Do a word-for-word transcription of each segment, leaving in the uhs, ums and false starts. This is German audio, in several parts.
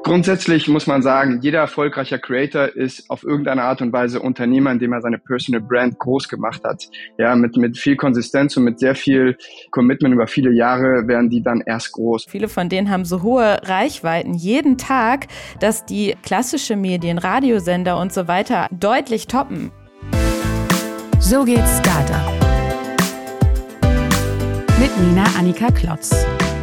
Grundsätzlich muss man sagen, jeder erfolgreicher Creator ist auf irgendeine Art und Weise Unternehmer, indem er seine Personal Brand groß gemacht hat. Ja, mit, mit viel Konsistenz und mit sehr viel Commitment über viele Jahre werden die dann erst groß. Viele von denen haben so hohe Reichweiten jeden Tag, dass die klassische Medien, Radiosender und so weiter deutlich toppen. So geht's Startup. Mit Nina Annika Klotz.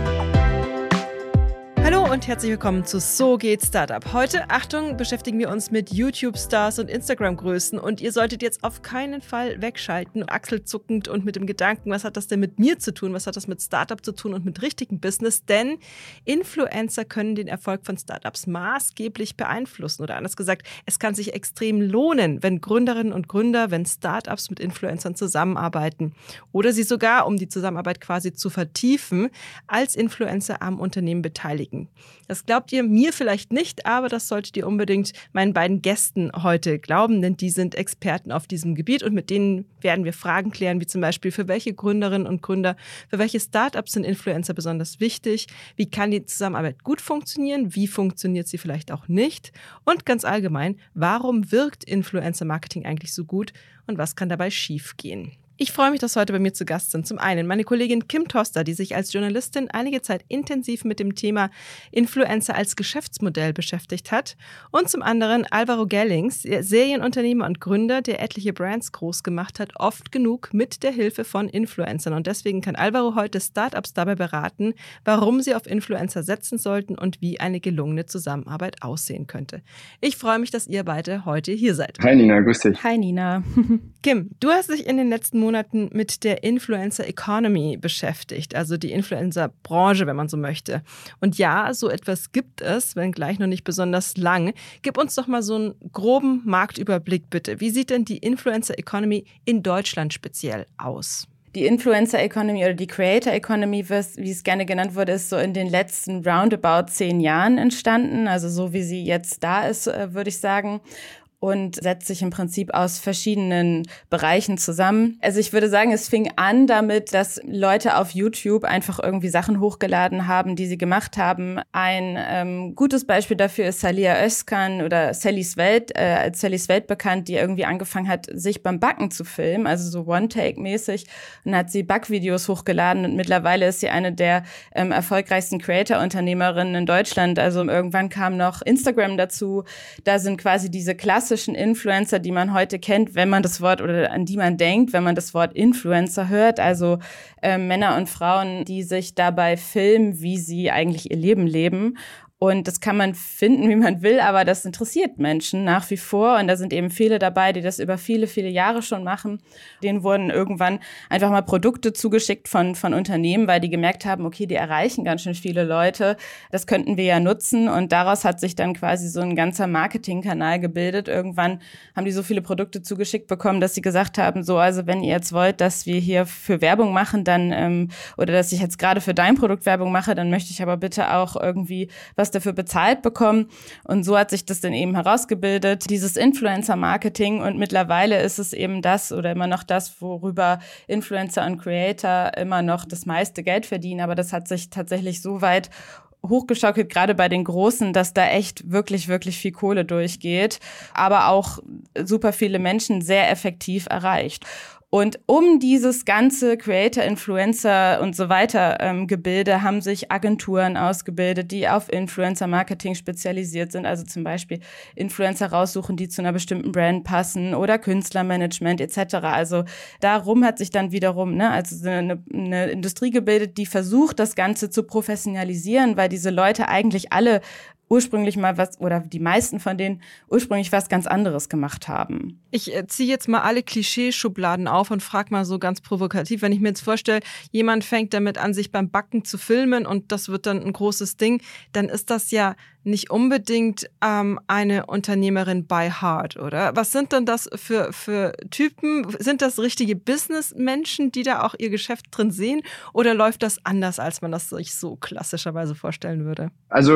Hallo und herzlich willkommen zu So geht Startup. Heute, Achtung, beschäftigen wir uns mit YouTube-Stars und Instagram-Größen und ihr solltet jetzt auf keinen Fall wegschalten, achselzuckend und mit dem Gedanken, was hat das denn mit mir zu tun, was hat das mit Startup zu tun und mit richtigem Business, denn Influencer können den Erfolg von Startups maßgeblich beeinflussen oder anders gesagt, es kann sich extrem lohnen, wenn Gründerinnen und Gründer, wenn Startups mit Influencern zusammenarbeiten oder sie sogar, um die Zusammenarbeit quasi zu vertiefen, als Influencer am Unternehmen beteiligen. Das glaubt ihr mir vielleicht nicht, aber das solltet ihr unbedingt meinen beiden Gästen heute glauben, denn die sind Experten auf diesem Gebiet und mit denen werden wir Fragen klären, wie zum Beispiel, für welche Gründerinnen und Gründer, für welche Startups sind Influencer besonders wichtig, wie kann die Zusammenarbeit gut funktionieren, wie funktioniert sie vielleicht auch nicht und ganz allgemein, warum wirkt Influencer-Marketing eigentlich so gut und was kann dabei schiefgehen? Ich freue mich, dass heute bei mir zu Gast sind. Zum einen meine Kollegin Kim Toster, die sich als Journalistin einige Zeit intensiv mit dem Thema Influencer als Geschäftsmodell beschäftigt hat. Und zum anderen Alvaro Gellings, Serienunternehmer und Gründer, der etliche Brands groß gemacht hat, oft genug mit der Hilfe von Influencern. Und deswegen kann Alvaro heute Startups dabei beraten, warum sie auf Influencer setzen sollten und wie eine gelungene Zusammenarbeit aussehen könnte. Ich freue mich, dass ihr beide heute hier seid. Hi Nina, grüß dich. Hi Nina. Kim, du hast dich in den letzten Monaten mit der Influencer Economy beschäftigt, also die Influencer-Branche, wenn man so möchte. Und ja, so etwas gibt es, wenngleich noch nicht besonders lang. Gib uns doch mal so einen groben Marktüberblick bitte. Wie sieht denn die Influencer Economy in Deutschland speziell aus? Die Influencer Economy oder die Creator Economy, wie es gerne genannt wurde, ist so in den letzten roundabout zehn Jahren entstanden. Also so wie sie jetzt da ist, würde ich sagen. Und setzt sich im Prinzip aus verschiedenen Bereichen zusammen. Also ich würde sagen, es fing an damit, dass Leute auf YouTube einfach irgendwie Sachen hochgeladen haben, die sie gemacht haben. Ein ähm, gutes Beispiel dafür ist Saliha Özkan oder Sallys Welt, äh, als Sallys Welt bekannt, die irgendwie angefangen hat, sich beim Backen zu filmen, also so One-Take-mäßig. Und hat sie Backvideos hochgeladen und mittlerweile ist sie eine der ähm, erfolgreichsten Creator-Unternehmerinnen in Deutschland. Also irgendwann kam noch Instagram dazu. Da sind quasi diese klassischen Influencer, die man heute kennt, wenn man das Wort oder an die man denkt, wenn man das Wort Influencer hört, also äh, Männer und Frauen, die sich dabei filmen, wie sie eigentlich ihr Leben leben. Und das kann man finden, wie man will, aber das interessiert Menschen nach wie vor. Und da sind eben viele dabei, die das über viele, viele Jahre schon machen. Denen wurden irgendwann einfach mal Produkte zugeschickt von von Unternehmen, weil die gemerkt haben, okay, die erreichen ganz schön viele Leute. Das könnten wir ja nutzen. Und daraus hat sich dann quasi so ein ganzer Marketingkanal gebildet. Irgendwann haben die so viele Produkte zugeschickt bekommen, dass sie gesagt haben, so, also wenn ihr jetzt wollt, dass wir hier für Werbung machen, dann ähm, oder dass ich jetzt gerade für dein Produkt Werbung mache, dann möchte ich aber bitte auch irgendwie was dafür bezahlt bekommen. Und so hat sich das dann eben herausgebildet, dieses Influencer-Marketing. Und mittlerweile ist es eben das oder immer noch das, worüber Influencer und Creator immer noch das meiste Geld verdienen. Aber das hat sich tatsächlich so weit hochgeschaukelt, gerade bei den Großen, dass da echt wirklich, wirklich viel Kohle durchgeht, aber auch super viele Menschen sehr effektiv erreicht. Und um dieses ganze Creator, Influencer und so weiter ähm, Gebilde haben sich Agenturen ausgebildet, die auf Influencer-Marketing spezialisiert sind. Also zum Beispiel Influencer raussuchen, die zu einer bestimmten Brand passen oder Künstlermanagement et cetera. Also darum hat sich dann wiederum ne, also eine, eine Industrie gebildet, die versucht, das Ganze zu professionalisieren, weil diese Leute eigentlich alle ursprünglich mal was, oder die meisten von denen ursprünglich was ganz anderes gemacht haben. Ich äh, ziehe jetzt mal alle Klischeeschubladen auf und frage mal so ganz provokativ, wenn ich mir jetzt vorstelle, jemand fängt damit an, sich beim Backen zu filmen und das wird dann ein großes Ding, dann ist das ja nicht unbedingt ähm, eine Unternehmerin by heart, oder? Was sind denn das für, für Typen? Sind das richtige Businessmenschen, die da auch ihr Geschäft drin sehen? Oder läuft das anders, als man das sich so klassischerweise vorstellen würde? Also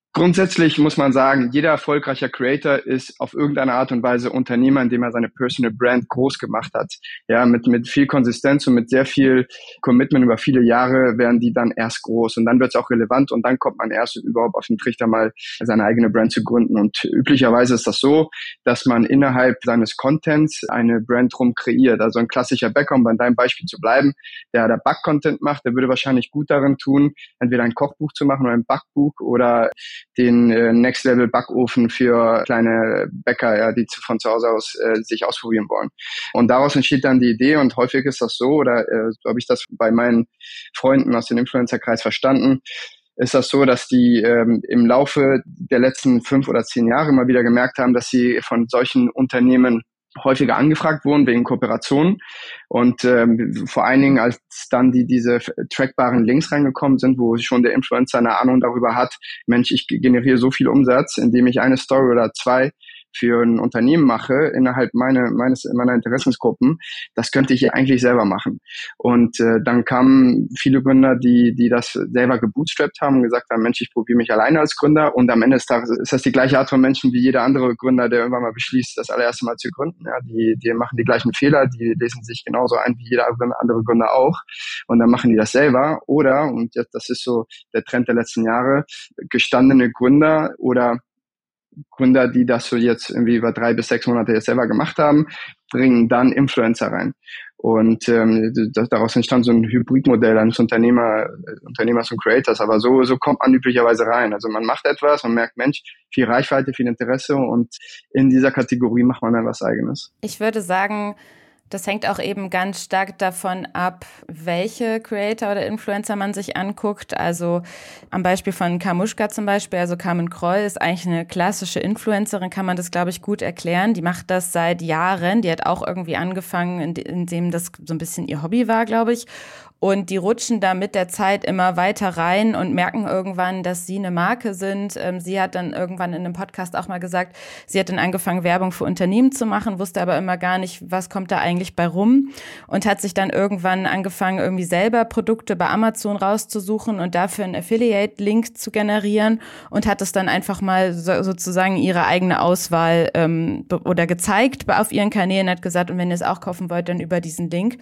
Grundsätzlich muss man sagen, jeder erfolgreiche Creator ist auf irgendeine Art und Weise Unternehmer, indem er seine Personal Brand groß gemacht hat. Ja, mit, mit viel Konsistenz und mit sehr viel Commitment über viele Jahre werden die dann erst groß und dann wird es auch relevant und dann kommt man erst überhaupt auf den Trichter, mal seine eigene Brand zu gründen. Und üblicherweise ist das so, dass man innerhalb seines Contents eine Brand drum kreiert. Also ein klassischer Bäcker, um bei deinem Beispiel zu bleiben, der der Back-Content macht, der würde wahrscheinlich gut darin tun, entweder ein Kochbuch zu machen oder ein Backbuch oder den äh, Next-Level-Backofen für kleine Bäcker, ja, die zu, von zu Hause aus äh, sich ausprobieren wollen. Und daraus entsteht dann die Idee und häufig ist das so, oder äh, so habe ich das bei meinen Freunden aus dem Influencer-Kreis verstanden, ist das so, dass die ähm, im Laufe der letzten fünf oder zehn Jahre immer wieder gemerkt haben, dass sie von solchen Unternehmen häufiger angefragt wurden wegen Kooperationen und ähm, vor allen Dingen, als dann die diese trackbaren Links reingekommen sind, wo schon der Influencer eine Ahnung darüber hat, Mensch, ich generiere so viel Umsatz, indem ich eine Story oder zwei für ein Unternehmen mache, innerhalb meine, meines, meiner Interessensgruppen, das könnte ich eigentlich selber machen. Und äh, dann kamen viele Gründer, die die das selber gebootstrapped haben und gesagt haben, Mensch, ich probiere mich alleine als Gründer und am Ende des Tages ist das die gleiche Art von Menschen wie jeder andere Gründer, der irgendwann mal beschließt, das allererste Mal zu gründen. Ja, die, die machen die gleichen Fehler, die lesen sich genauso ein wie jeder andere Gründer auch und dann machen die das selber. Oder, und das ist so der Trend der letzten Jahre, gestandene Gründer oder Gründer, die das so jetzt irgendwie über drei bis sechs Monate jetzt selber gemacht haben, bringen dann Influencer rein. Und ähm, das, daraus entstand so ein Hybridmodell eines Unternehmer, Unternehmers und Creators. Aber so, so kommt man üblicherweise rein. Also man macht etwas, man merkt, Mensch, viel Reichweite, viel Interesse und in dieser Kategorie macht man dann was Eigenes. Ich würde sagen, das hängt auch eben ganz stark davon ab, welche Creator oder Influencer man sich anguckt. Also am Beispiel von Kamushka zum Beispiel, also Carmen Kroll ist eigentlich eine klassische Influencerin, kann man das, glaube ich, gut erklären. Die macht das seit Jahren. Die hat auch irgendwie angefangen, indem das so ein bisschen ihr Hobby war, glaube ich. Und die rutschen da mit der Zeit immer weiter rein und merken irgendwann, dass sie eine Marke sind. Ähm, sie hat dann irgendwann in einem Podcast auch mal gesagt, sie hat dann angefangen, Werbung für Unternehmen zu machen, wusste aber immer gar nicht, was kommt da eigentlich bei rum und hat sich dann irgendwann angefangen, irgendwie selber Produkte bei Amazon rauszusuchen und dafür einen Affiliate-Link zu generieren und hat es dann einfach mal so, sozusagen ihre eigene Auswahl ähm, oder gezeigt auf ihren Kanälen, hat gesagt, und wenn ihr es auch kaufen wollt, dann über diesen Link.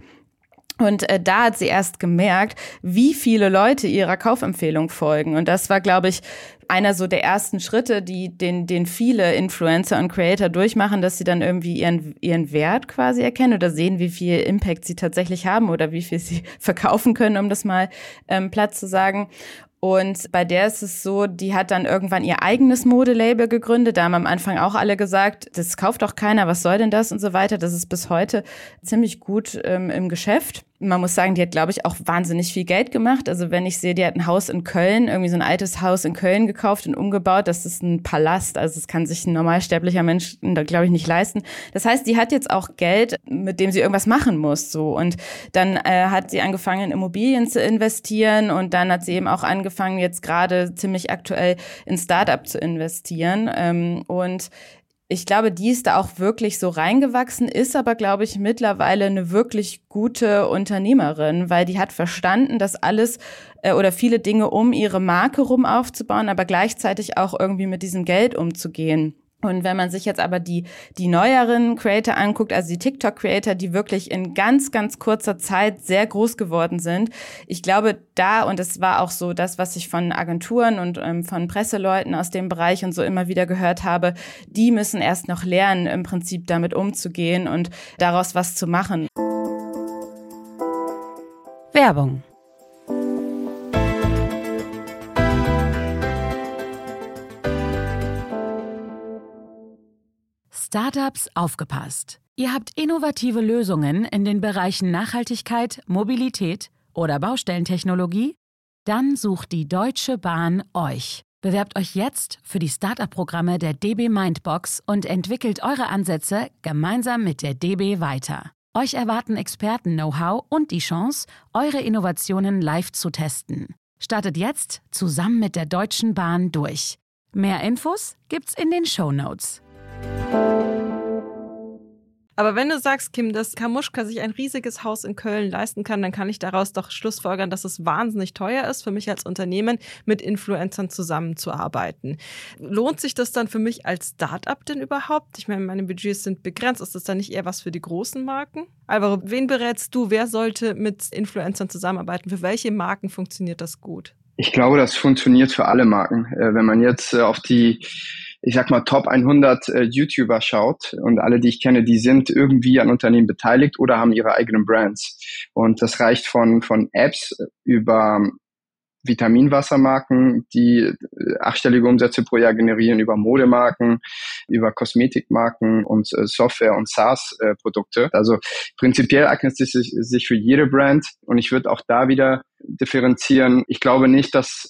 Und äh, da hat sie erst gemerkt, wie viele Leute ihrer Kaufempfehlung folgen. Und das war, glaube ich, einer so der ersten Schritte, die den, den viele Influencer und Creator durchmachen, dass sie dann irgendwie ihren, ihren Wert quasi erkennen oder sehen, wie viel Impact sie tatsächlich haben oder wie viel sie verkaufen können, um das mal ähm, platt zu sagen. Und bei der ist es so, die hat dann irgendwann ihr eigenes Modelabel gegründet. Da haben am Anfang auch alle gesagt, das kauft doch keiner, was soll denn das und so weiter. Das ist bis heute ziemlich gut ähm, im Geschäft. Man muss sagen, die hat, glaube ich, auch wahnsinnig viel Geld gemacht. Also wenn ich sehe, die hat ein Haus in Köln, irgendwie so ein altes Haus in Köln gekauft und umgebaut. Das ist ein Palast. Also das kann sich ein normalsterblicher Mensch, da glaube ich, nicht leisten. Das heißt, die hat jetzt auch Geld, mit dem sie irgendwas machen muss. So. Und dann äh, hat sie angefangen, in Immobilien zu investieren. Und dann hat sie eben auch angefangen, jetzt gerade ziemlich aktuell in Startup zu investieren. Ähm, und ich glaube, die ist da auch wirklich so reingewachsen, ist aber, glaube ich, mittlerweile eine wirklich gute Unternehmerin, weil die hat verstanden, dass alles äh, oder viele Dinge um ihre Marke rum aufzubauen, aber gleichzeitig auch irgendwie mit diesem Geld umzugehen. Und wenn man sich jetzt aber die die neueren Creator anguckt, also die TikTok-Creator, die wirklich in ganz, ganz kurzer Zeit sehr groß geworden sind, ich glaube da, und es war auch so das, was ich von Agenturen und ähm, von Presseleuten aus dem Bereich und so immer wieder gehört habe, die müssen erst noch lernen, im Prinzip damit umzugehen und daraus was zu machen. Werbung. Startups aufgepasst. Ihr habt innovative Lösungen in den Bereichen Nachhaltigkeit, Mobilität oder Baustellentechnologie? Dann sucht die Deutsche Bahn euch. Bewerbt euch jetzt für die Startup-Programme der D B Mindbox und entwickelt eure Ansätze gemeinsam mit der D B weiter. Euch erwarten Experten-Know-how und die Chance, eure Innovationen live zu testen. Startet jetzt zusammen mit der Deutschen Bahn durch. Mehr Infos gibt's in den Shownotes. Aber wenn du sagst, Kim, dass Kamuschka sich ein riesiges Haus in Köln leisten kann, dann kann ich daraus doch schlussfolgern, dass es wahnsinnig teuer ist für mich als Unternehmen, mit Influencern zusammenzuarbeiten. Lohnt sich das dann für mich als Start-up denn überhaupt? Ich meine, meine Budgets sind begrenzt. Ist das dann nicht eher was für die großen Marken? Alvaro, wen berätst du? Wer sollte mit Influencern zusammenarbeiten? Für welche Marken funktioniert das gut? Ich glaube, das funktioniert für alle Marken. Wenn man jetzt auf die, ich sag mal, Top hundert YouTuber schaut und alle, die ich kenne, die sind irgendwie an Unternehmen beteiligt oder haben ihre eigenen Brands. Und das reicht von, von Apps über Vitaminwassermarken, die achtstellige Umsätze pro Jahr generieren, über Modemarken, über Kosmetikmarken und äh, Software- und SaaS-Produkte. Also prinzipiell eignet es sich, sich für jede Brand und ich würde auch da wieder differenzieren. Ich glaube nicht, dass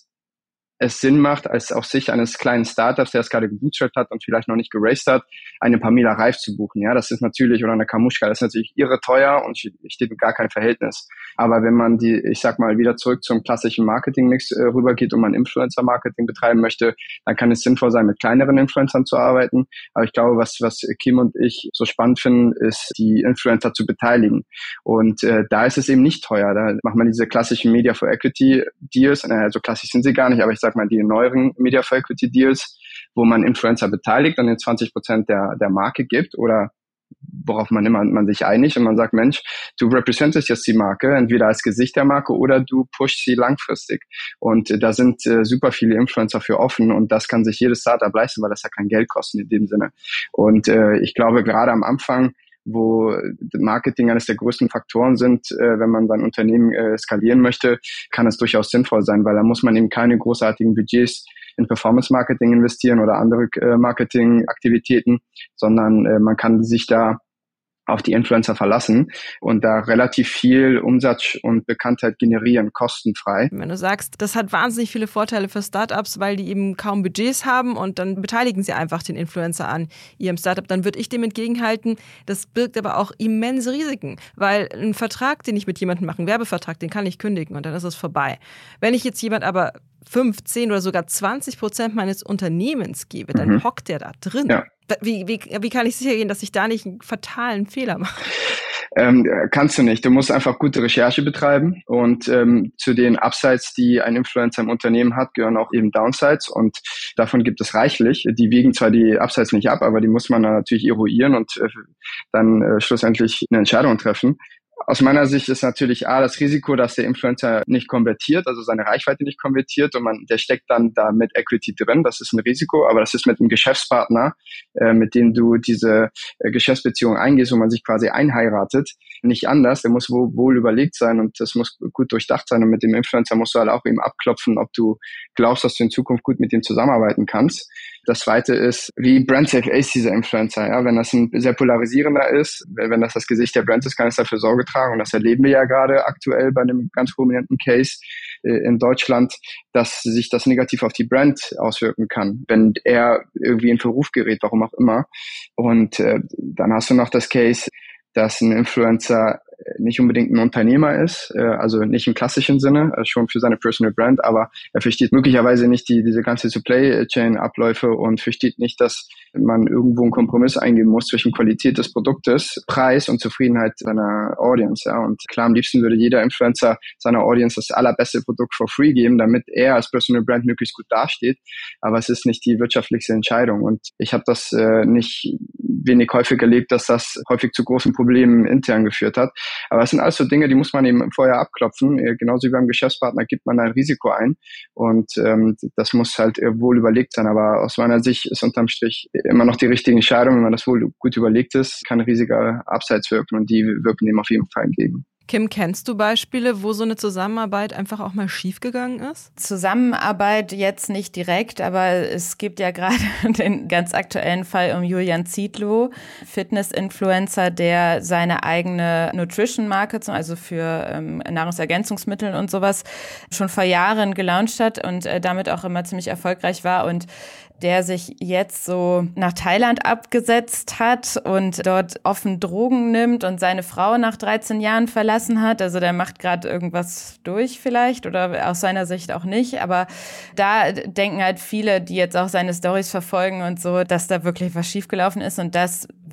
es Sinn macht, als aus Sicht eines kleinen Startups, der es gerade gebootstrapped hat und vielleicht noch nicht geraced hat, eine Pamela Reif zu buchen. Ja, das ist natürlich, oder eine Kamuschka, das ist natürlich irre teuer und steht in gar kein Verhältnis. Aber wenn man die, ich sag mal, wieder zurück zum klassischen Marketing-Mix äh, rübergeht und man Influencer-Marketing betreiben möchte, dann kann es sinnvoll sein, mit kleineren Influencern zu arbeiten. Aber ich glaube, was, was Kim und ich so spannend finden, ist, die Influencer zu beteiligen. Und äh, da ist es eben nicht teuer. Da macht man diese klassischen Media for Equity Deals, naja, so klassisch sind sie gar nicht, aber ich sag mal, die neueren Media for Equity Deals, wo man Influencer beteiligt und den zwanzig Prozent der, der Marke gibt oder worauf man immer man sich einigt und man sagt, Mensch, du representest jetzt die Marke, entweder als Gesicht der Marke oder du pushst sie langfristig. Und äh, da sind äh, super viele Influencer für offen und das kann sich jedes Startup leisten, weil das ja kein Geld kostet in dem Sinne. Und äh, ich glaube, gerade am Anfang, wo Marketing eines der größten Faktoren sind, äh, wenn man sein Unternehmen äh, skalieren möchte, kann es durchaus sinnvoll sein, weil da muss man eben keine großartigen Budgets in Performance-Marketing investieren oder andere äh, Marketing-Aktivitäten, sondern äh, man kann sich da auf die Influencer verlassen und da relativ viel Umsatz und Bekanntheit generieren, kostenfrei. Wenn du sagst, das hat wahnsinnig viele Vorteile für Startups, weil die eben kaum Budgets haben und dann beteiligen sie einfach den Influencer an ihrem Startup, dann würde ich dem entgegenhalten, das birgt aber auch immense Risiken, weil ein Vertrag, den ich mit jemandem mache, einen Werbevertrag, den kann ich kündigen und dann ist es vorbei. Wenn ich jetzt jemand aber fünf, zehn oder sogar zwanzig Prozent meines Unternehmens gebe, dann mhm. hockt der da drin. Ja. Wie, wie, wie kann ich sicher gehen, dass ich da nicht einen fatalen Fehler mache? Ähm, kannst du nicht. Du musst einfach gute Recherche betreiben und ähm, zu den Upsides, die ein Influencer im Unternehmen hat, gehören auch eben Downsides und davon gibt es reichlich. Die wiegen zwar die Upsides nicht ab, aber die muss man dann natürlich eruieren und äh, dann äh, schlussendlich eine Entscheidung treffen. Aus meiner Sicht ist natürlich A, das Risiko, dass der Influencer nicht konvertiert, also seine Reichweite nicht konvertiert und man, der steckt dann da mit Equity drin. Das ist ein Risiko, aber das ist mit einem Geschäftspartner, äh, mit dem du diese äh, Geschäftsbeziehung eingehst, wo man sich quasi einheiratet, nicht anders. Der muss wohl, wohl überlegt sein und das muss gut durchdacht sein und mit dem Influencer musst du halt auch eben abklopfen, ob du glaubst, dass du in Zukunft gut mit dem zusammenarbeiten kannst. Das Zweite ist, wie brand-safe ist dieser Influencer? Ja, wenn das ein sehr polarisierender ist, wenn das das Gesicht der Brand ist, kann es dafür Sorge tragen. Und das erleben wir ja gerade aktuell bei einem ganz prominenten Case äh, in Deutschland, dass sich das negativ auf die Brand auswirken kann, wenn er irgendwie in Verruf gerät, warum auch immer. Und äh, dann hast du noch das Case, dass ein Influencer nicht unbedingt ein Unternehmer ist, also nicht im klassischen Sinne, schon für seine Personal Brand, aber er versteht möglicherweise nicht die diese ganze Supply Chain Abläufe und versteht nicht, dass man irgendwo einen Kompromiss eingehen muss zwischen Qualität des Produktes, Preis und Zufriedenheit seiner Audience. Ja. Und klar, am liebsten würde jeder Influencer seiner Audience das allerbeste Produkt for free geben, damit er als Personal Brand möglichst gut dasteht, aber es ist nicht die wirtschaftlichste Entscheidung. Und ich habe das äh, nicht wenig häufig erlebt, dass das häufig zu großen Problemen intern geführt hat. Aber es sind alles so Dinge, die muss man eben vorher abklopfen. Genauso wie beim Geschäftspartner gibt man ein Risiko ein und ähm, das muss halt wohl überlegt sein. Aber aus meiner Sicht ist unterm Strich immer noch die richtige Entscheidung. Wenn man das wohl gut überlegt ist, kann riesige Upsides wirken und die wirken dem auf jeden Fall entgegen. Kim, kennst du Beispiele, wo so eine Zusammenarbeit einfach auch mal schiefgegangen ist? Zusammenarbeit jetzt nicht direkt, aber es gibt ja gerade den ganz aktuellen Fall um Julian Zietlow, Fitness-Influencer, der seine eigene Nutrition-Marke, also für ähm, Nahrungsergänzungsmittel und sowas, schon vor Jahren gelauncht hat und äh, damit auch immer ziemlich erfolgreich war und der sich jetzt so nach Thailand abgesetzt hat und dort offen Drogen nimmt und seine Frau nach dreizehn Jahren verlassen hat. Also der macht gerade irgendwas durch vielleicht oder aus seiner Sicht auch nicht. Aber da denken halt viele, die jetzt auch seine Storys verfolgen und so, dass da wirklich was schiefgelaufen ist. Und das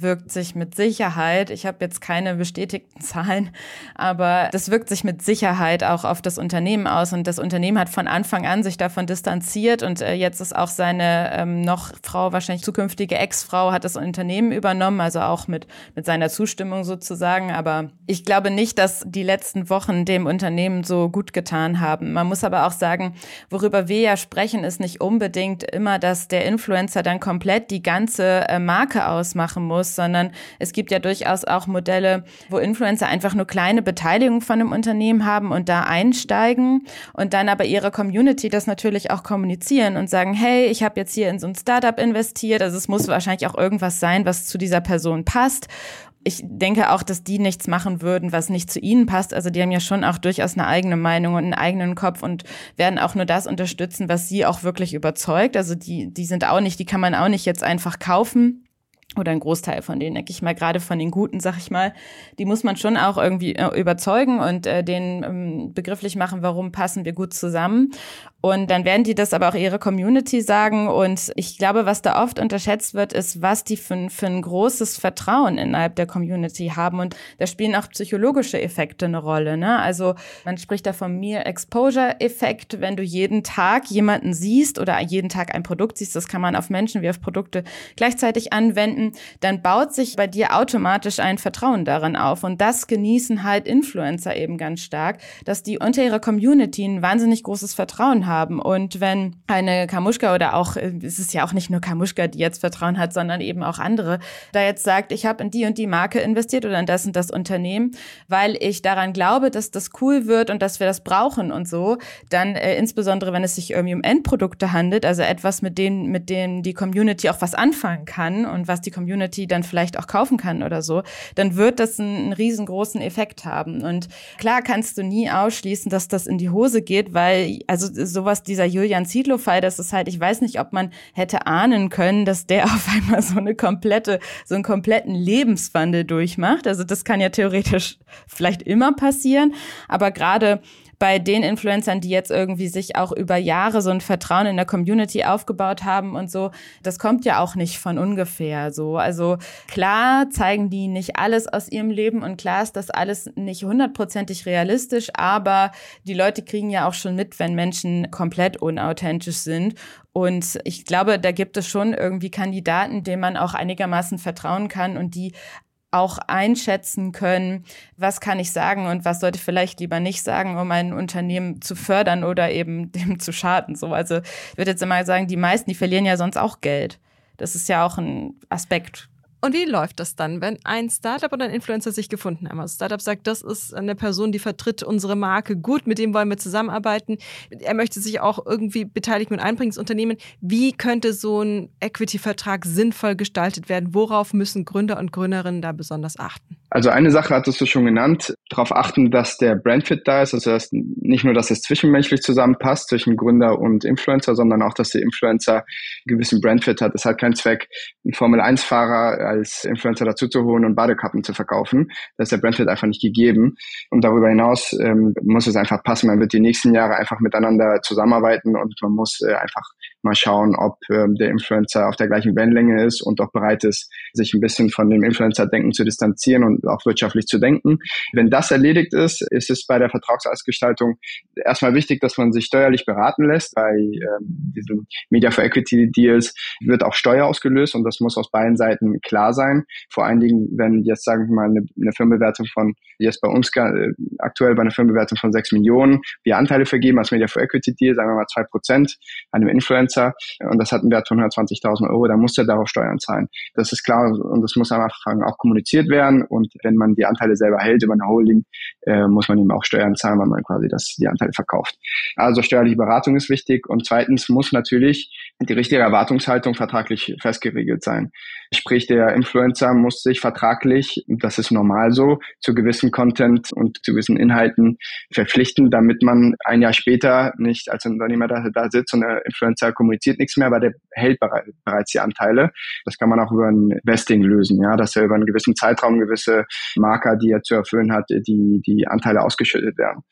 wirkt sich mit Sicherheit, ich habe jetzt keine bestätigten Zahlen, aber das wirkt sich mit Sicherheit auch auf das Unternehmen aus. Und das Unternehmen hat von Anfang an sich davon distanziert und äh, jetzt ist auch seine ähm, noch Frau, wahrscheinlich zukünftige Ex-Frau, hat das Unternehmen übernommen, also auch mit, mit seiner Zustimmung sozusagen. Aber ich glaube nicht, dass die letzten Wochen dem Unternehmen so gut getan haben. Man muss aber auch sagen, worüber wir ja sprechen, ist nicht unbedingt immer, dass der Influencer dann komplett die ganze äh, Marke ausmachen muss, sondern es gibt ja durchaus auch Modelle, wo Influencer einfach nur kleine Beteiligung von einem Unternehmen haben und da einsteigen und dann aber ihre Community das natürlich auch kommunizieren und sagen, hey, ich habe jetzt hier in so ein Startup investiert, also es muss wahrscheinlich auch irgendwas sein, was zu dieser Person passt. Ich denke auch, dass die nichts machen würden, was nicht zu ihnen passt. Also die haben ja schon auch durchaus eine eigene Meinung und einen eigenen Kopf und werden auch nur das unterstützen, was sie auch wirklich überzeugt. Also die, die sind auch nicht, die kann man auch nicht jetzt einfach kaufen. Oder ein Großteil von denen, denke ich mal, gerade von den Guten, sag ich mal, die muss man schon auch irgendwie äh, überzeugen und äh, denen ähm, begrifflich machen, warum passen wir gut zusammen. Und dann werden die das aber auch ihre Community sagen. Und ich glaube, was da oft unterschätzt wird, ist, was die für, für ein großes Vertrauen innerhalb der Community haben. Und da spielen auch psychologische Effekte eine Rolle, ne? Also man spricht da vom Mere-Exposure-Effekt. Wenn du jeden Tag jemanden siehst oder jeden Tag ein Produkt siehst, das kann man auf Menschen wie auf Produkte gleichzeitig anwenden, dann baut sich bei dir automatisch ein Vertrauen daran auf. Und das genießen halt Influencer eben ganz stark, dass die unter ihrer Community ein wahnsinnig großes Vertrauen haben. Und wenn eine Kamuschka oder auch, es ist ja auch nicht nur Kamuschka, die jetzt Vertrauen hat, sondern eben auch andere, da jetzt sagt, ich habe in die und die Marke investiert oder in das und das Unternehmen, weil ich daran glaube, dass das cool wird und dass wir das brauchen und so, dann äh, insbesondere, wenn es sich irgendwie um Endprodukte handelt, also etwas, mit denen, mit denen die Community auch was anfangen kann und was die Community dann vielleicht auch kaufen kann oder so, dann wird das einen, einen riesengroßen Effekt haben. Und klar kannst du nie ausschließen, dass das in die Hose geht, weil, also sowas, dieser Julian Zietlow-Fall, das ist halt, ich weiß nicht, ob man hätte ahnen können, dass der auf einmal so eine komplette, so einen kompletten Lebenswandel durchmacht. Also das kann ja theoretisch vielleicht immer passieren, aber gerade bei den Influencern, die jetzt irgendwie sich auch über Jahre so ein Vertrauen in der Community aufgebaut haben und so, das kommt ja auch nicht von ungefähr so. Also klar zeigen die nicht alles aus ihrem Leben und klar ist das alles nicht hundertprozentig realistisch, aber die Leute kriegen ja auch schon mit, wenn Menschen komplett unauthentisch sind. Und ich glaube, da gibt es schon irgendwie Kandidaten, denen man auch einigermaßen vertrauen kann und die auch einschätzen können, was kann ich sagen und was sollte ich vielleicht lieber nicht sagen, um ein Unternehmen zu fördern oder eben dem zu schaden. So, also ich würde jetzt immer sagen, die meisten, die verlieren ja sonst auch Geld. Das ist ja auch ein Aspekt. Und wie läuft das dann, wenn ein Startup oder ein Influencer sich gefunden haben? Also Startup sagt, das ist eine Person, die vertritt unsere Marke gut, mit dem wollen wir zusammenarbeiten. Er möchte sich auch irgendwie beteiligen und einbringen ins Unternehmen. Wie könnte so ein Equity-Vertrag sinnvoll gestaltet werden? Worauf müssen Gründer und Gründerinnen da besonders achten? Also eine Sache hattest du schon genannt, darauf achten, dass der Brandfit da ist, also dass nicht nur, dass es zwischenmenschlich zusammenpasst zwischen Gründer und Influencer, sondern auch, dass der Influencer einen gewissen Brandfit hat. Es hat keinen Zweck, einen Formel eins Fahrer als Influencer dazu zu holen und Badekappen zu verkaufen. Da ist der Brandfit einfach nicht gegeben. Und darüber hinaus ähm, muss es einfach passen. Man wird die nächsten Jahre einfach miteinander zusammenarbeiten und man muss äh, einfach mal schauen, ob ähm, der Influencer auf der gleichen Wellenlänge ist und auch bereit ist, sich ein bisschen von dem Influencer-Denken zu distanzieren und auch wirtschaftlich zu denken. Wenn das erledigt ist, ist es bei der Vertragsausgestaltung erstmal wichtig, dass man sich steuerlich beraten lässt. Bei ähm, diesen Media for Equity Deals wird auch Steuer ausgelöst und das muss aus beiden Seiten klar sein. Vor allen Dingen, wenn jetzt, sagen wir mal, eine, eine Firmenbewertung von, jetzt bei uns äh, aktuell bei einer Firmenbewertung von sechs Millionen, wir Anteile vergeben als Media for Equity Deal, sagen wir mal zwei Prozent an einem Influencer und das hat einen Wert von hundertzwanzigtausend Euro, dann muss der darauf Steuern zahlen. Das ist klar und das muss am Anfang auch kommuniziert werden und wenn man die Anteile selber hält über eine Holding, äh, muss man ihm auch Steuern zahlen, weil man quasi das, die Anteile verkauft. Also steuerliche Beratung ist wichtig und zweitens muss natürlich die richtige Erwartungshaltung vertraglich festgeregelt sein. Sprich, der Influencer muss sich vertraglich, das ist normal so, zu gewissen Content und zu gewissen Inhalten verpflichten, damit man ein Jahr später nicht als Unternehmer da, da sitzt und der Influencer kommuniziert nichts mehr, weil der hält bereits die Anteile. Das kann man auch über ein Vesting lösen, ja, dass er über einen gewissen Zeitraum gewisse Marker, die er zu erfüllen hat, die, die Anteile ausgeschüttet werden.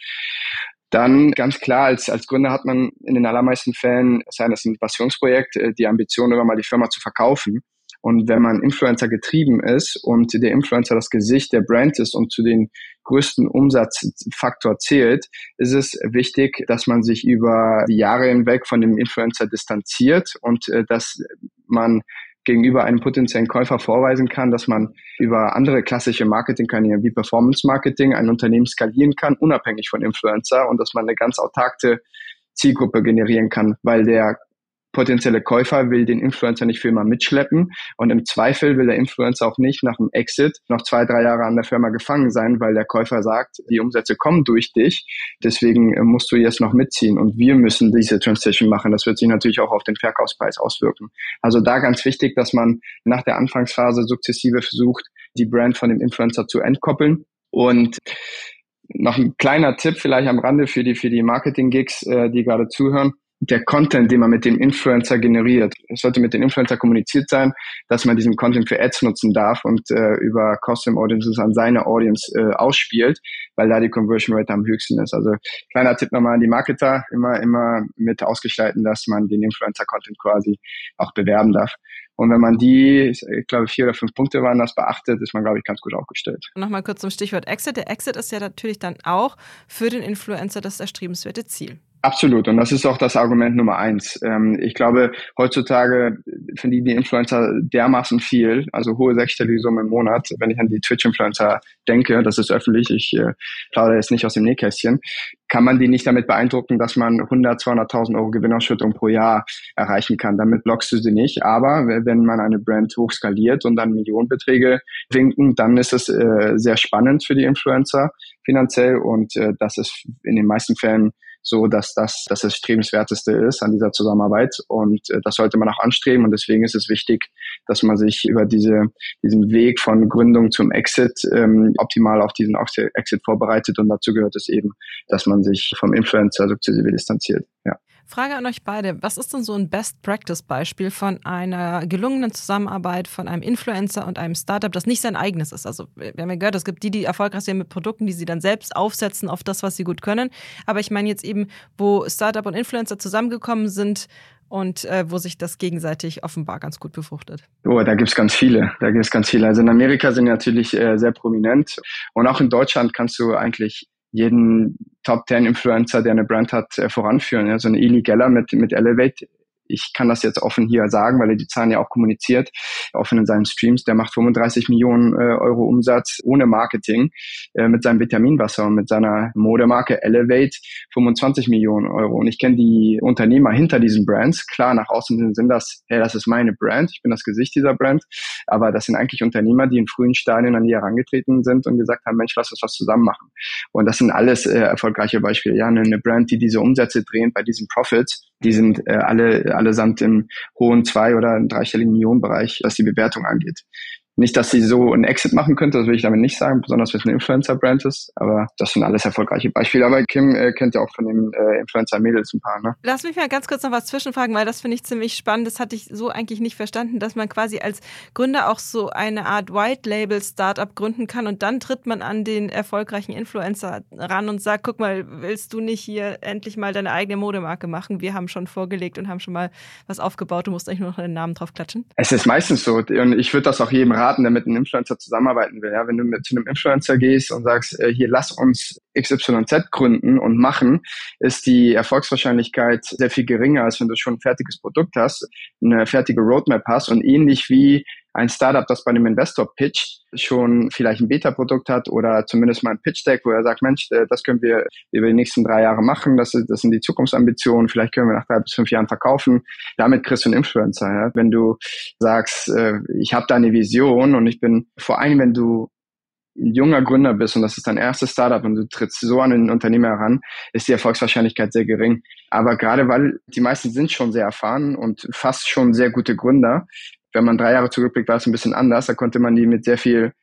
Dann ganz klar, als, als Gründer hat man in den allermeisten Fällen, es sei denn, das ist ein Passionsprojekt, die Ambition, irgendwann mal die Firma zu verkaufen. Und wenn man Influencer getrieben ist und der Influencer das Gesicht der Brand ist und zu den größten Umsatzfaktor zählt, ist es wichtig, dass man sich über die Jahre hinweg von dem Influencer distanziert und äh, dass man gegenüber einem potenziellen Käufer vorweisen kann, dass man über andere klassische Marketingkanäle wie Performance Marketing ein Unternehmen skalieren kann, unabhängig von Influencer, und dass man eine ganz autarke Zielgruppe generieren kann, weil der potenzielle Käufer will den Influencer nicht für immer mitschleppen und im Zweifel will der Influencer auch nicht nach dem Exit noch zwei, drei Jahre an der Firma gefangen sein, weil der Käufer sagt, die Umsätze kommen durch dich, deswegen musst du jetzt noch mitziehen und wir müssen diese Transition machen. Das wird sich natürlich auch auf den Verkaufspreis auswirken. Also da ganz wichtig, dass man nach der Anfangsphase sukzessive versucht, die Brand von dem Influencer zu entkoppeln. Und noch ein kleiner Tipp vielleicht am Rande für die, für die Marketing-Gigs, äh, die gerade zuhören. Der Content, den man mit dem Influencer generiert, es sollte mit dem Influencer kommuniziert sein, dass man diesen Content für Ads nutzen darf und äh, über Custom Audiences an seine Audience äh, ausspielt, weil da die Conversion Rate am höchsten ist. Also kleiner Tipp nochmal an die Marketer, immer immer mit ausgestalten, dass man den Influencer-Content quasi auch bewerben darf. Und wenn man die, ich glaube, vier oder fünf Punkte waren, das beachtet, ist man, glaube ich, ganz gut aufgestellt. Nochmal kurz zum Stichwort Exit. Der Exit ist ja natürlich dann auch für den Influencer das erstrebenswerte Ziel. Absolut. Und das ist auch das Argument Nummer eins. Ähm, ich glaube, heutzutage verdienen die Influencer dermaßen viel, also hohe sechsstellige Summen im Monat. Wenn ich an die Twitch-Influencer denke, das ist öffentlich, ich äh, plaudere jetzt nicht aus dem Nähkästchen, kann man die nicht damit beeindrucken, dass man hundert, zweihunderttausend Euro Gewinnausschüttung pro Jahr erreichen kann. Damit lockst du sie nicht. Aber wenn man eine Brand hochskaliert und dann Millionenbeträge winken, dann ist es äh, sehr spannend für die Influencer finanziell. Und äh, das ist in den meisten Fällen so, dass das das Erstrebenswerteste ist an dieser Zusammenarbeit, und äh, das sollte man auch anstreben, und deswegen ist es wichtig, dass man sich über diese diesen Weg von Gründung zum Exit ähm, optimal auf diesen Exit vorbereitet, und dazu gehört es eben, dass man sich vom Influencer sukzessive distanziert. Ja. Frage an euch beide, was ist denn so ein Best-Practice-Beispiel von einer gelungenen Zusammenarbeit von einem Influencer und einem Startup, das nicht sein eigenes ist? Also wir haben ja gehört, es gibt die, die erfolgreich sind mit Produkten, die sie dann selbst aufsetzen auf das, was sie gut können. Aber ich meine jetzt eben, wo Startup und Influencer zusammengekommen sind und äh, wo sich das gegenseitig offenbar ganz gut befruchtet. Oh, da gibt's ganz viele. Da gibt's ganz viele. Also in Amerika sind natürlich äh, sehr prominent, und auch in Deutschland kannst du eigentlich jeden Top zehn Influencer, der eine Brand hat, äh, voranführen. Ja, so eine Eli Geller mit, mit Elevate. Ich kann das jetzt offen hier sagen, weil er die Zahlen ja auch kommuniziert, offen in seinen Streams. Der macht fünfunddreißig Millionen äh, Euro Umsatz ohne Marketing äh, mit seinem Vitaminwasser und mit seiner Modemarke Elevate fünfundzwanzig Millionen Euro. Und ich kenne die Unternehmer hinter diesen Brands. Klar, nach außen sind das, hey, das ist meine Brand, ich bin das Gesicht dieser Brand. Aber das sind eigentlich Unternehmer, die in frühen Stadien an die herangetreten sind und gesagt haben, Mensch, lass uns was zusammen machen. Und das sind alles äh, erfolgreiche Beispiele. Ja, eine Brand, die diese Umsätze drehen bei diesen Profits, die sind äh, alle allesamt im hohen zwei- oder dreistelligen Millionenbereich, was die Bewertung angeht. Nicht, dass sie so einen Exit machen könnte, das will ich damit nicht sagen, besonders wenn es eine Influencer-Brand ist, aber das sind alles erfolgreiche Beispiele. Aber Kim äh, kennt ja auch von den äh, Influencer-Mädels ein paar, ne? Lass mich mal ganz kurz noch was zwischenfragen, weil das finde ich ziemlich spannend. Das hatte ich so eigentlich nicht verstanden, dass man quasi als Gründer auch so eine Art White-Label-Startup gründen kann und dann tritt man an den erfolgreichen Influencer ran und sagt, guck mal, willst du nicht hier endlich mal deine eigene Modemarke machen? Wir haben schon vorgelegt und haben schon mal was aufgebaut, du musst eigentlich nur noch deinen Namen drauf klatschen. Es ist meistens so, und ich würde das auch jedem raten, der mit einem Influencer zusammenarbeiten will. Ja, wenn du mit zu einem Influencer gehst und sagst, äh, hier, lass uns X Y Z gründen und machen, ist die Erfolgswahrscheinlichkeit sehr viel geringer, als wenn du schon ein fertiges Produkt hast, eine fertige Roadmap hast und ähnlich wie ein Startup, das bei einem Investor pitcht, schon vielleicht ein Beta-Produkt hat oder zumindest mal ein Pitch-Deck, wo er sagt, Mensch, das können wir über die nächsten drei Jahre machen, das, ist, das sind die Zukunftsambitionen, vielleicht können wir nach drei bis fünf Jahren verkaufen. Damit kriegst du einen Influencer. Ja? Wenn du sagst, ich habe da eine Vision und ich bin, vor allem wenn du ein junger Gründer bist und das ist dein erstes Startup und du trittst so an den Unternehmer heran, ist die Erfolgswahrscheinlichkeit sehr gering. Aber gerade weil die meisten sind schon sehr erfahren und fast schon sehr gute Gründer, wenn man drei Jahre zurückblickt, war es ein bisschen anders. Da konnte man die mit sehr viel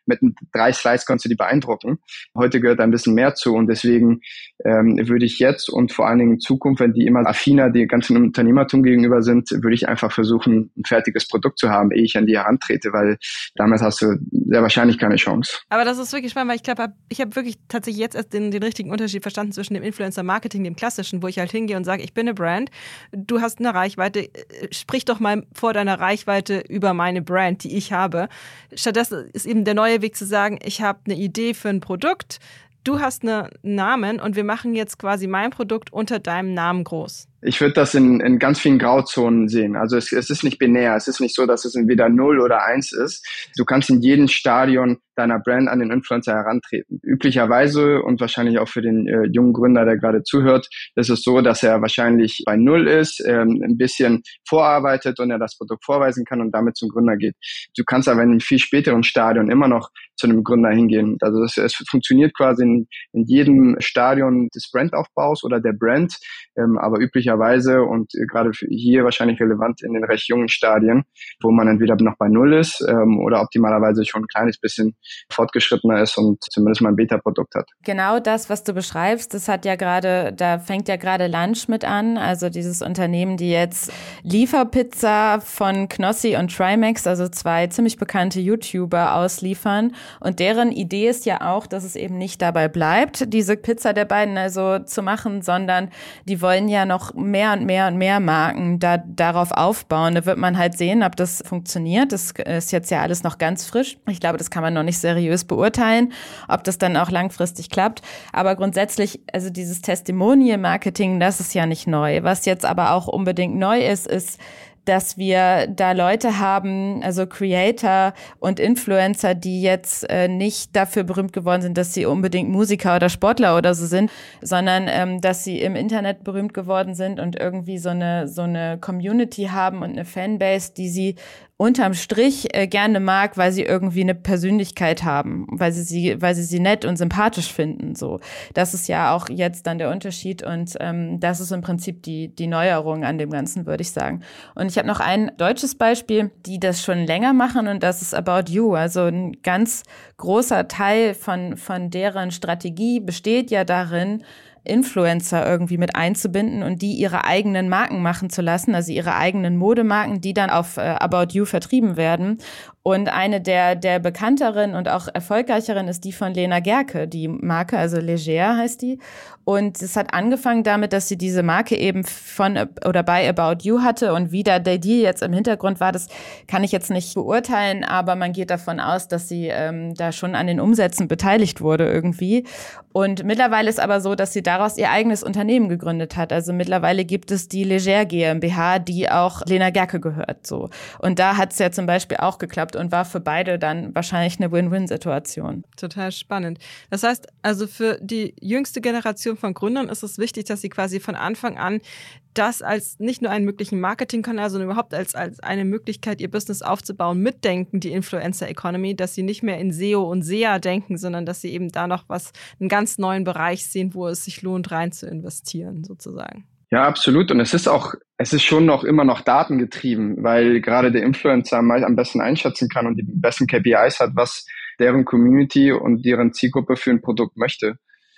mit drei Slides konntest du die beeindrucken. Heute gehört da ein bisschen mehr zu und deswegen ähm, würde ich jetzt und vor allen Dingen in Zukunft, wenn die immer affiner die ganzen Unternehmertum gegenüber sind, würde ich einfach versuchen, ein fertiges Produkt zu haben, ehe ich an die herantrete, weil damals hast du sehr wahrscheinlich keine Chance. Aber das ist wirklich spannend, weil ich glaube, ich habe wirklich tatsächlich jetzt erst den, den richtigen Unterschied verstanden zwischen dem Influencer-Marketing, dem klassischen, wo ich halt hingehe und sage, ich bin eine Brand, du hast eine Reichweite, sprich doch mal vor deiner Reichweite über meine Brand, die ich habe. Stattdessen ist eben der neue Weg zu sagen, ich habe eine Idee für ein Produkt, du hast einen Namen und wir machen jetzt quasi mein Produkt unter deinem Namen groß. Ich würde das in, in ganz vielen Grauzonen sehen. Also es, es ist nicht binär. Es ist nicht so, dass es entweder null oder eins ist. Du kannst in jedem Stadion deiner Brand an den Influencer herantreten. Üblicherweise und wahrscheinlich auch für den äh, jungen Gründer, der gerade zuhört, ist es so, dass er wahrscheinlich bei null ist, ähm, ein bisschen vorarbeitet und er das Produkt vorweisen kann und damit zum Gründer geht. Du kannst aber in einem viel späteren Stadion immer noch zu einem Gründer hingehen. Also es, es funktioniert quasi in, in jedem Stadion des Brandaufbaus oder der Brand, ähm, aber üblicherweise und gerade hier wahrscheinlich relevant in den recht jungen Stadien, wo man entweder noch bei Null ist ähm, oder optimalerweise schon ein kleines bisschen fortgeschrittener ist und zumindest mal ein Beta-Produkt hat. Genau das, was du beschreibst, das hat ja gerade, da fängt ja gerade Lunch mit an, also dieses Unternehmen, die jetzt Lieferpizza von Knossi und Trimax, also zwei ziemlich bekannte YouTuber, ausliefern und deren Idee ist ja auch, dass es eben nicht dabei bleibt, diese Pizza der beiden also zu machen, sondern die wollen ja noch mehr und mehr und mehr Marken da darauf aufbauen. Da wird man halt sehen, ob das funktioniert. Das ist jetzt ja alles noch ganz frisch. Ich glaube, das kann man noch nicht seriös beurteilen, ob das dann auch langfristig klappt. Aber grundsätzlich, also dieses Testimonial-Marketing, das ist ja nicht neu. Was jetzt aber auch unbedingt neu ist, ist, dass wir da Leute haben, also Creator und Influencer, die jetzt äh, nicht dafür berühmt geworden sind, dass sie unbedingt Musiker oder Sportler oder so sind, sondern ähm, dass sie im Internet berühmt geworden sind und irgendwie so eine so eine Community haben und eine Fanbase, die sie unterm Strich äh, gerne mag, weil sie irgendwie eine Persönlichkeit haben, weil sie sie, weil sie sie nett und sympathisch finden. So, das ist ja auch jetzt dann der Unterschied und ähm, das ist im Prinzip die die Neuerung an dem Ganzen, würde ich sagen. Und ich habe noch ein deutsches Beispiel, die das schon länger machen und das ist About You. Also ein ganz großer Teil von von deren Strategie besteht ja darin, Influencer irgendwie mit einzubinden und die ihre eigenen Marken machen zu lassen, also ihre eigenen Modemarken, die dann auf äh, About You vertrieben werden. Und eine der der bekannteren und auch erfolgreicheren ist die von Lena Gercke, die Marke, also Leger heißt die. Und es hat angefangen damit, dass sie diese Marke eben von oder bei About You hatte und wie da der Deal jetzt im Hintergrund war, das kann ich jetzt nicht beurteilen, aber man geht davon aus, dass sie ähm, da schon an den Umsätzen beteiligt wurde irgendwie. Und mittlerweile ist aber so, dass sie daraus ihr eigenes Unternehmen gegründet hat. Also mittlerweile gibt es die Leger GmbH, die auch Lena Gercke gehört. So. Und da hat es ja zum Beispiel auch geklappt und war für beide dann wahrscheinlich eine Win-Win-Situation. Total spannend. Das heißt, also für die jüngste Generation von Gründern ist es wichtig, dass sie quasi von Anfang an das als nicht nur einen möglichen Marketingkanal, sondern überhaupt als, als eine Möglichkeit, ihr Business aufzubauen, mitdenken, die Influencer-Economy, dass sie nicht mehr in S E O und S E A denken, sondern dass sie eben da noch was, einen ganz neuen Bereich sehen, wo es sich lohnt, rein zu investieren, sozusagen. Ja, absolut. Und es ist auch, es ist schon noch immer noch datengetrieben, weil gerade der Influencer mal am besten einschätzen kann und die besten K P Is hat, was deren Community und deren Zielgruppe für ein Produkt möchte.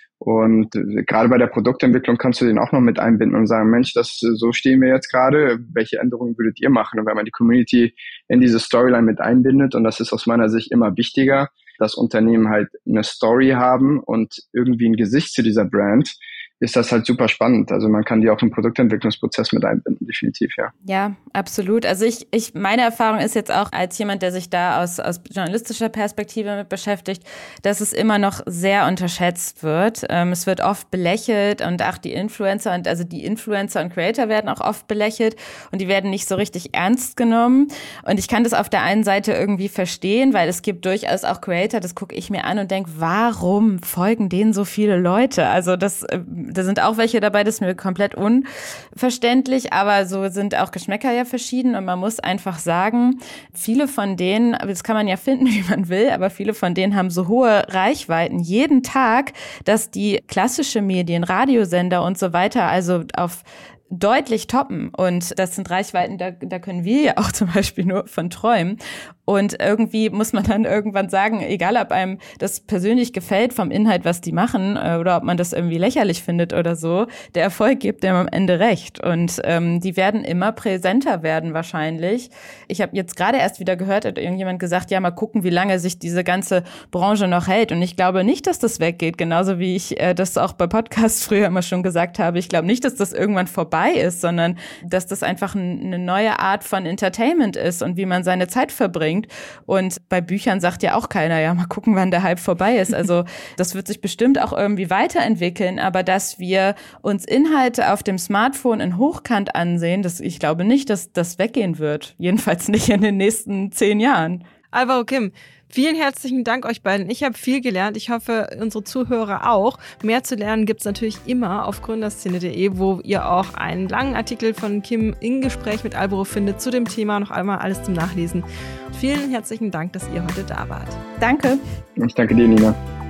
Und gerade bei der Produktentwicklung kannst du den auch noch mit einbinden und sagen, Mensch, das, so stehen wir jetzt gerade, welche Änderungen würdet ihr machen? Und wenn man die Community in diese Storyline mit einbindet, und das ist aus meiner Sicht immer wichtiger, dass Unternehmen halt eine Story haben und irgendwie ein Gesicht zu dieser Brand, ist das halt super spannend. Also man kann die auch im Produktentwicklungsprozess mit einbinden, definitiv, ja. Ja, absolut. Also ich, ich, meine Erfahrung ist jetzt auch als jemand, der sich da aus, aus journalistischer Perspektive mit beschäftigt, dass es immer noch sehr unterschätzt wird. Ähm, es wird oft belächelt und auch die Influencer und also die Influencer und Creator werden auch oft belächelt und die werden nicht so richtig ernst genommen. Und ich kann das auf der einen Seite irgendwie verstehen, weil es gibt durchaus auch Creator, das gucke ich mir an und denke, warum folgen denen so viele Leute? Also das Da sind auch welche dabei, das ist mir komplett unverständlich, aber so sind auch Geschmäcker ja verschieden und man muss einfach sagen, viele von denen, das kann man ja finden, wie man will, aber viele von denen haben so hohe Reichweiten jeden Tag, dass die klassische Medien, Radiosender und so weiter, also auf deutlich toppen und das sind Reichweiten, da, da können wir ja auch zum Beispiel nur von träumen Und irgendwie muss man dann irgendwann sagen, egal ob einem das persönlich gefällt vom Inhalt, was die machen, oder ob man das irgendwie lächerlich findet oder so, der Erfolg gibt dem am Ende recht. Und ähm, die werden immer präsenter werden wahrscheinlich. Ich habe jetzt gerade erst wieder gehört, hat irgendjemand gesagt, ja, mal gucken, wie lange sich diese ganze Branche noch hält. Und ich glaube nicht, dass das weggeht, genauso wie ich äh, das auch bei Podcasts früher immer schon gesagt habe. Ich glaube nicht, dass das irgendwann vorbei ist, sondern dass das einfach ein, eine neue Art von Entertainment ist und wie man seine Zeit verbringt. Und bei Büchern sagt ja auch keiner, ja, mal gucken, wann der Hype vorbei ist. Also das wird sich bestimmt auch irgendwie weiterentwickeln, aber dass wir uns Inhalte auf dem Smartphone in Hochkant ansehen, das, ich glaube nicht, dass das weggehen wird. Jedenfalls nicht in den nächsten zehn Jahren. Alvaro Kim, vielen herzlichen Dank euch beiden. Ich habe viel gelernt. Ich hoffe, unsere Zuhörer auch. Mehr zu lernen gibt es natürlich immer auf gründerszene punkt de, wo ihr auch einen langen Artikel von Kim im Gespräch mit Alvaro findet zu dem Thema. Noch einmal alles zum Nachlesen. Vielen herzlichen Dank, dass ihr heute da wart. Danke. Ich danke dir, Nina.